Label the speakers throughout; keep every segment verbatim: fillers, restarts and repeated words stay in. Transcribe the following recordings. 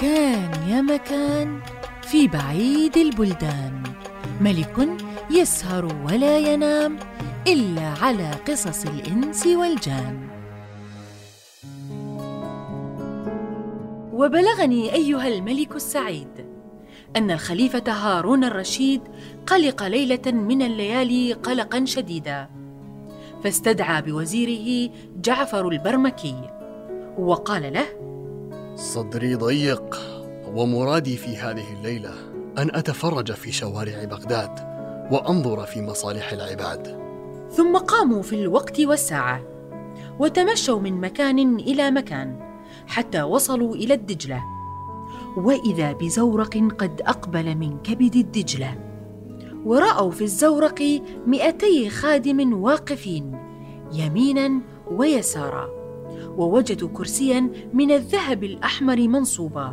Speaker 1: كان يا مكان في بعيد البلدان ملك يسهر ولا ينام إلا على قصص الإنس والجان. وبلغني أيها الملك السعيد أن الخليفة هارون الرشيد قلق ليلة من الليالي قلقاً شديداً، فاستدعى بوزيره جعفر البرمكي وقال له:
Speaker 2: صدري ضيق، ومرادي في هذه الليلة أن أتفرج في شوارع بغداد وأنظر في مصالح العباد.
Speaker 1: ثم قاموا في الوقت والساعة وتمشوا من مكان إلى مكان حتى وصلوا إلى الدجلة، وإذا بزورق قد أقبل من كبد الدجلة، ورأوا في الزورق مئتي خادم واقفين يميناً ويساراً، ووجدوا كرسياً من الذهب الأحمر منصوباً،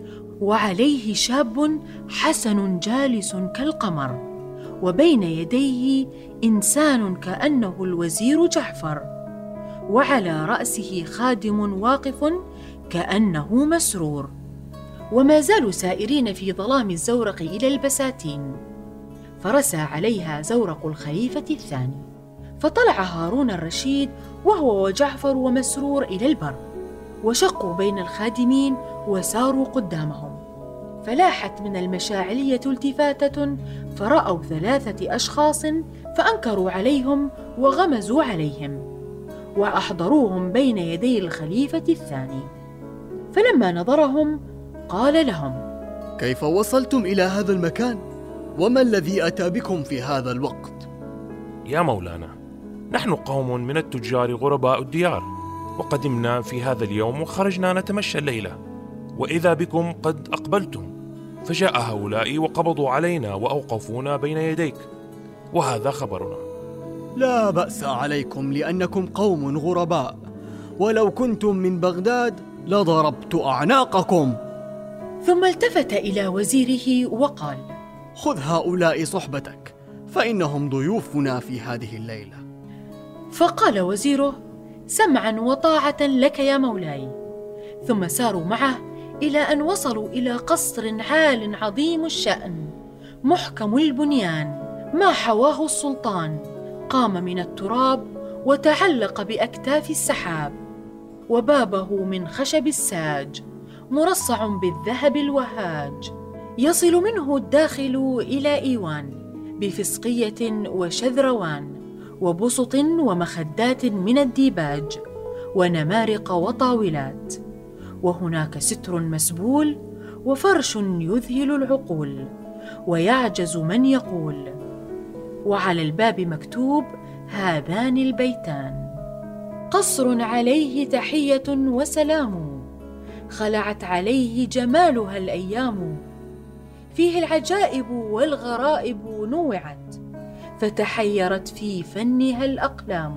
Speaker 1: وعليه شاب حسن جالس كالقمر، وبين يديه إنسان كأنه الوزير جعفر، وعلى رأسه خادم واقف كأنه مسرور. وما زالوا سائرين في ظلام الزورق إلى البساتين، فرسى عليها زورق الخليفة الثاني، فطلع هارون الرشيد وهو وجعفر ومسرور إلى البر، وشقوا بين الخادمين وساروا قدامهم، فلاحت من المشاعلية التفاتة، فرأوا ثلاثة أشخاص فأنكروا عليهم وغمزوا عليهم، وأحضروهم بين يدي الخليفة الثاني. فلما نظرهم قال لهم:
Speaker 2: كيف وصلتم إلى هذا المكان؟ وما الذي أتى بكم في هذا الوقت؟
Speaker 3: يا مولانا، نحن قوم من التجار غرباء الديار، وقدمنا في هذا اليوم وخرجنا نتمشى الليلة، وإذا بكم قد أقبلتم، فجاء هؤلاء وقبضوا علينا وأوقفونا بين يديك، وهذا خبرنا.
Speaker 2: لا بأس عليكم لأنكم قوم غرباء، ولو كنتم من بغداد لضربت أعناقكم.
Speaker 1: ثم التفت إلى وزيره وقال:
Speaker 2: خذ هؤلاء صحبتك، فإنهم ضيوفنا في هذه الليلة.
Speaker 1: فقال وزيره: سمعا وطاعة لك يا مولاي. ثم ساروا معه إلى أن وصلوا إلى قصر عال عظيم الشأن محكم البنيان، ما حواه السلطان، قام من التراب وتعلق بأكتاف السحاب، وبابه من خشب الساج مرصع بالذهب الوهاج، يصل منه الداخل إلى إيوان بفسقية وشذروان وبسط ومخدات من الديباج ونمارق وطاولات، وهناك ستر مسبول وفرش يذهل العقول ويعجز من يقول، وعلى الباب مكتوب هذان البيتان: قصر عليه تحية وسلام، خلعت عليه جمالها الأيام، فيه العجائب والغرائب نوعت، فتحيرت في فنها الأقلام.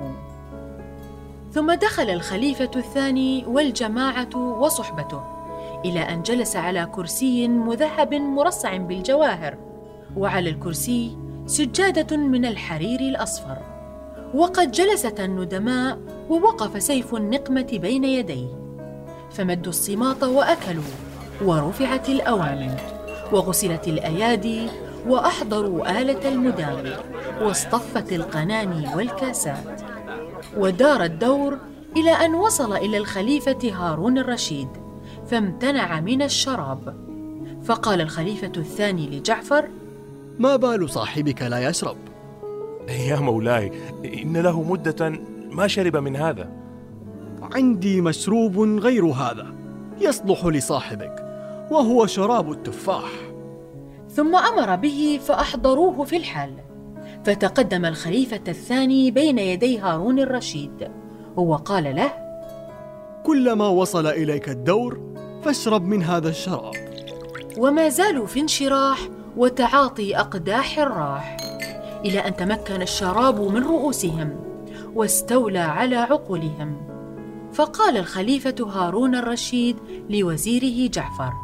Speaker 1: ثم دخل الخليفة الثاني والجماعة وصحبته إلى أن جلس على كرسي مذهب مرصع بالجواهر، وعلى الكرسي سجادة من الحرير الأصفر، وقد جلست الندماء ووقف سيف النقمة بين يديه، فمدوا الصماط وأكلوا، ورفعت الأواني وغسلت الأيادي، وأحضروا آلة المدام، واصطفت القناني والكاسات، ودار الدور إلى أن وصل إلى الخليفة هارون الرشيد، فامتنع من الشراب. فقال الخليفة الثاني لجعفر:
Speaker 2: ما بال صاحبك لا يشرب؟
Speaker 3: يا مولاي، إن له مدة ما شرب من هذا.
Speaker 2: عندي مشروب غير هذا يصلح لصاحبك، وهو شراب التفاح.
Speaker 1: ثم أمر به فأحضروه في الحال، فتقدم الخليفة الثاني بين يدي هارون الرشيد وقال له:
Speaker 2: كلما وصل إليك الدور فاشرب من هذا الشراب.
Speaker 1: وما زالوا في انشراح وتعاطي أقداح الراح، إلى أن تمكن الشراب من رؤوسهم واستولى على عقولهم. فقال الخليفة هارون الرشيد لوزيره جعفر: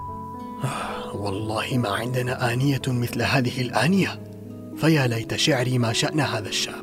Speaker 2: والله ما عندنا آنية مثل هذه الآنية، فيا ليت شعري ما شأن هذا الشاب.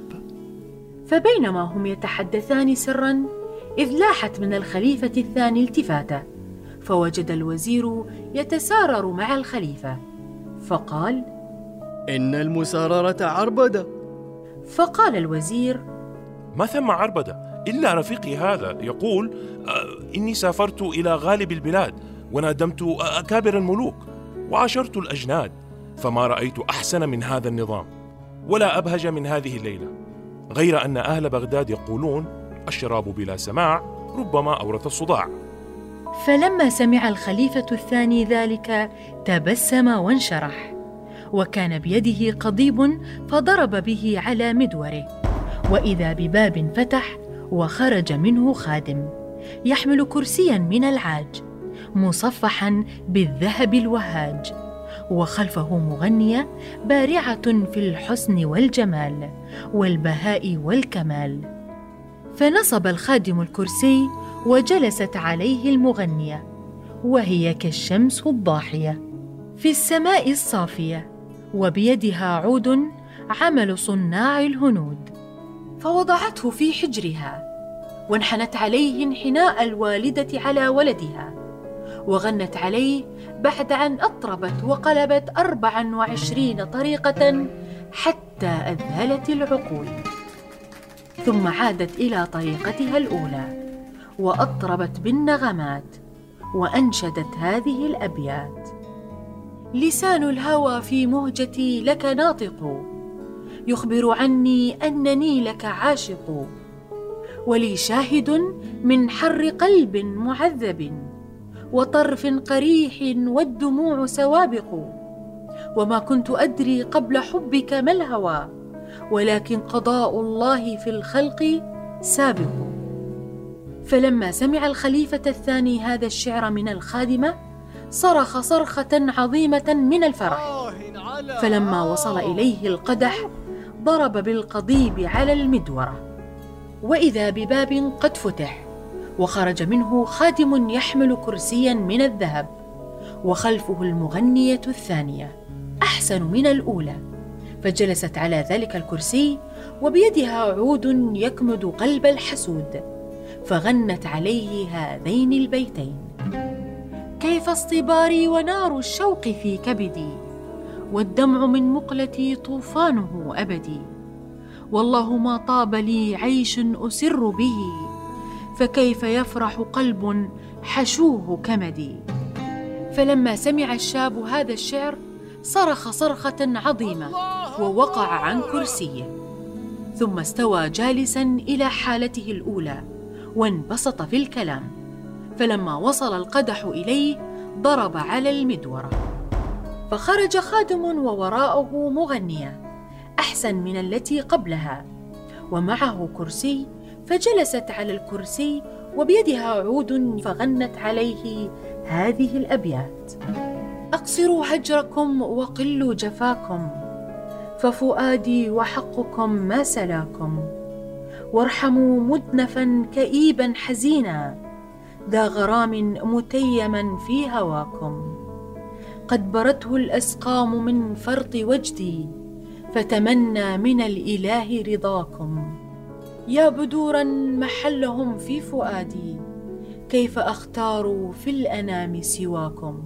Speaker 1: فبينما هم يتحدثان سرا إذ لاحت من الخليفة الثاني التفاتة، فوجد الوزير يتسارر مع الخليفة، فقال:
Speaker 2: إن المساررة عربدة.
Speaker 1: فقال الوزير:
Speaker 3: ما ثم عربدة إلا رفيقي هذا يقول آه إني سافرت إلى غالب البلاد ونادمت أكابر الملوك وعاشرت الأجناد، فما رأيت أحسن من هذا النظام ولا أبهج من هذه الليلة، غير أن أهل بغداد يقولون الشراب بلا سماع ربما أورث الصداع.
Speaker 1: فلما سمع الخليفة الثاني ذلك تبسم وانشرح، وكان بيده قضيب فضرب به على مدوره، وإذا بباب فتح وخرج منه خادم يحمل كرسياً من العاج مصفحاً بالذهب الوهاج، وخلفه مغنية بارعة في الحسن والجمال والبهاء والكمال. فنصب الخادم الكرسي وجلست عليه المغنية، وهي كالشمس الضاحية في السماء الصافية، وبيدها عود عمل صناع الهنود، فوضعته في حجرها وانحنت عليه انحناء الوالدة على ولدها، وغنت عليه بعد أن أطربت وقلبت أربعا وعشرين طريقة حتى أذهلت العقول، ثم عادت إلى طريقتها الأولى وأطربت بالنغمات وأنشدت هذه الأبيات: لسان الهوى في مهجتي لك ناطق، يخبر عني أنني لك عاشق، ولي شاهد من حر قلب معذب، وطرف قريح والدموع سوابق، وما كنت أدري قبل حبك ما الهوى، ولكن قضاء الله في الخلق سابق. فلما سمع الخليفة الثاني هذا الشعر من الخادمة صرخ صرخة عظيمة من الفرح، فلما وصل إليه القدح ضرب بالقضيب على المدورة، وإذا بباب قد فتح وخرج منه خادم يحمل كرسيا من الذهب، وخلفه المغنية الثانية أحسن من الأولى، فجلست على ذلك الكرسي وبيدها عود يكمد قلب الحسود، فغنت عليه هذين البيتين: كيف اصطباري ونار الشوق في كبدي، والدمع من مقلتي طوفانه أبدي، والله ما طاب لي عيش أسر به، فكيف يفرح قلب حشوه كمدي. فلما سمع الشاب هذا الشعر صرخ صرخة عظيمة ووقع عن كرسيه، ثم استوى جالسا إلى حالته الأولى وانبسط في الكلام، فلما وصل القدح إليه ضرب على المدورة، فخرج خادم ووراءه مغنية أحسن من التي قبلها، ومعه كرسي، فجلست على الكرسي وبيدها عود فغنت عليه هذه الأبيات: أقصروا هجركم وقلوا جفاكم، ففؤادي وحقكم ما سلاكم، وارحموا مدنفا كئيبا حزينا، ذا غرام متيما في هواكم، قد برته الأسقام من فرط وجدي، فتمنى من الإله رضاكم، يا بدورا محلهم في فؤادي، كيف أختار في الأنام سواكم.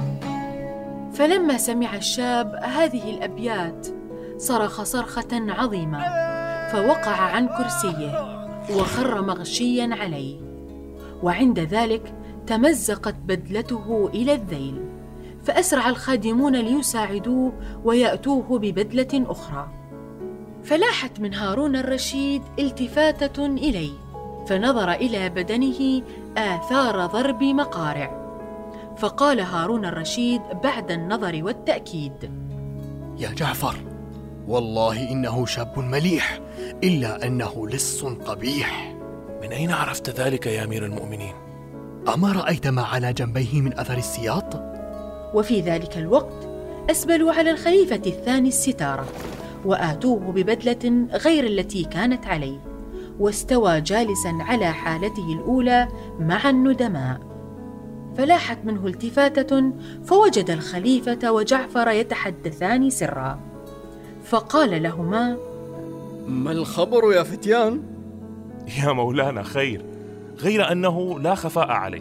Speaker 1: فلما سمع الشاب هذه الأبيات صرخ صرخة عظيمة، فوقع عن كرسيه وخر مغشيا عليه، وعند ذلك تمزقت بدلته إلى الذيل، فأسرع الخادمون ليساعدوه ويأتوه ببدلة أخرى، فلاحت من هارون الرشيد التفاتة إليه، فنظر إلى بدنه آثار ضرب مقارع، فقال هارون الرشيد بعد النظر والتأكيد:
Speaker 2: يا جعفر، والله إنه شاب مليح، إلا أنه لص قبيح.
Speaker 3: من أين عرفت ذلك يا أمير المؤمنين؟
Speaker 2: أما رأيت ما على جنبيه من أثر السياط؟
Speaker 1: وفي ذلك الوقت أسبلوا على الخليفة الثاني الستارة، وآتوه ببدلة غير التي كانت عليه، واستوى جالسا على حالته الأولى مع الندماء، فلاحت منه التفاتة، فوجد الخليفة وجعفر يتحدثان سرا، فقال لهما:
Speaker 2: ما الخبر يا فتيان؟
Speaker 3: يا مولانا خير، غير أنه لا خفاء عليك،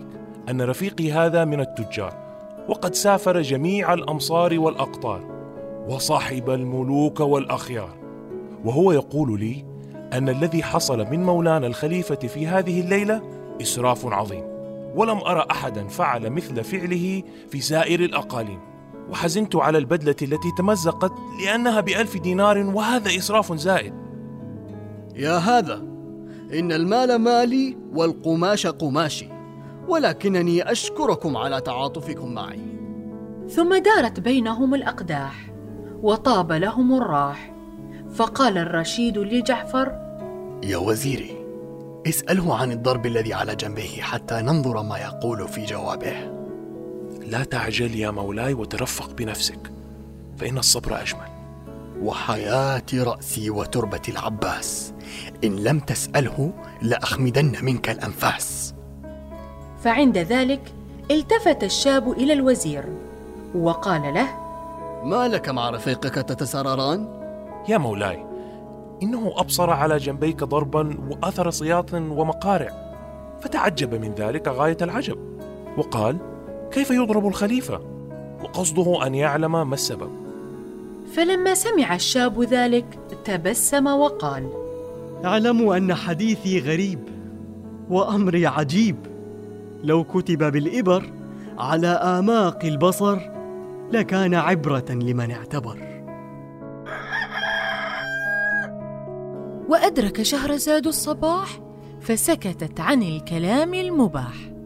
Speaker 3: أن رفيقي هذا من التجار، وقد سافر جميع الأمصار والأقطار، وصاحب الملوك والأخيار، وهو يقول لي أن الذي حصل من مولانا الخليفة في هذه الليلة إسراف عظيم، ولم أرى أحدا فعل مثل فعله في سائر الأقاليم، وحزنت على البدلة التي تمزقت لأنها بألف دينار، وهذا إسراف زائد.
Speaker 2: يا هذا، إن المال مالي والقماش قماشي، ولكنني أشكركم على تعاطفكم معي.
Speaker 1: ثم دارت بينهم الأقداح وطاب لهم الراح، فقال الرشيد لجعفر:
Speaker 2: يا وزيري، اسأله عن الضرب الذي على جنبه حتى ننظر ما يقول في جوابه.
Speaker 3: لا تعجل يا مولاي وترفق بنفسك، فإن الصبر أجمل.
Speaker 2: وحياة رأسي وتربة العباس، إن لم تسأله لأخمدن منك الأنفاس.
Speaker 1: فعند ذلك التفت الشاب إلى الوزير وقال له:
Speaker 2: ما لك مع رفيقك تتسرران؟
Speaker 3: يا مولاي، إنه أبصر على جنبيك ضربا وأثر صياط ومقارع، فتعجب من ذلك غاية العجب، وقال: كيف يضرب الخليفة؟ وقصده أن يعلم ما السبب.
Speaker 1: فلما سمع الشاب ذلك تبسم وقال:
Speaker 4: اعلموا أن حديثي غريب وأمري عجيب، لو كتب بالإبر على آماق البصر لكان عبرة لمن اعتبر.
Speaker 1: وأدرك شهرزاد الصباح فسكتت عن الكلام المباح.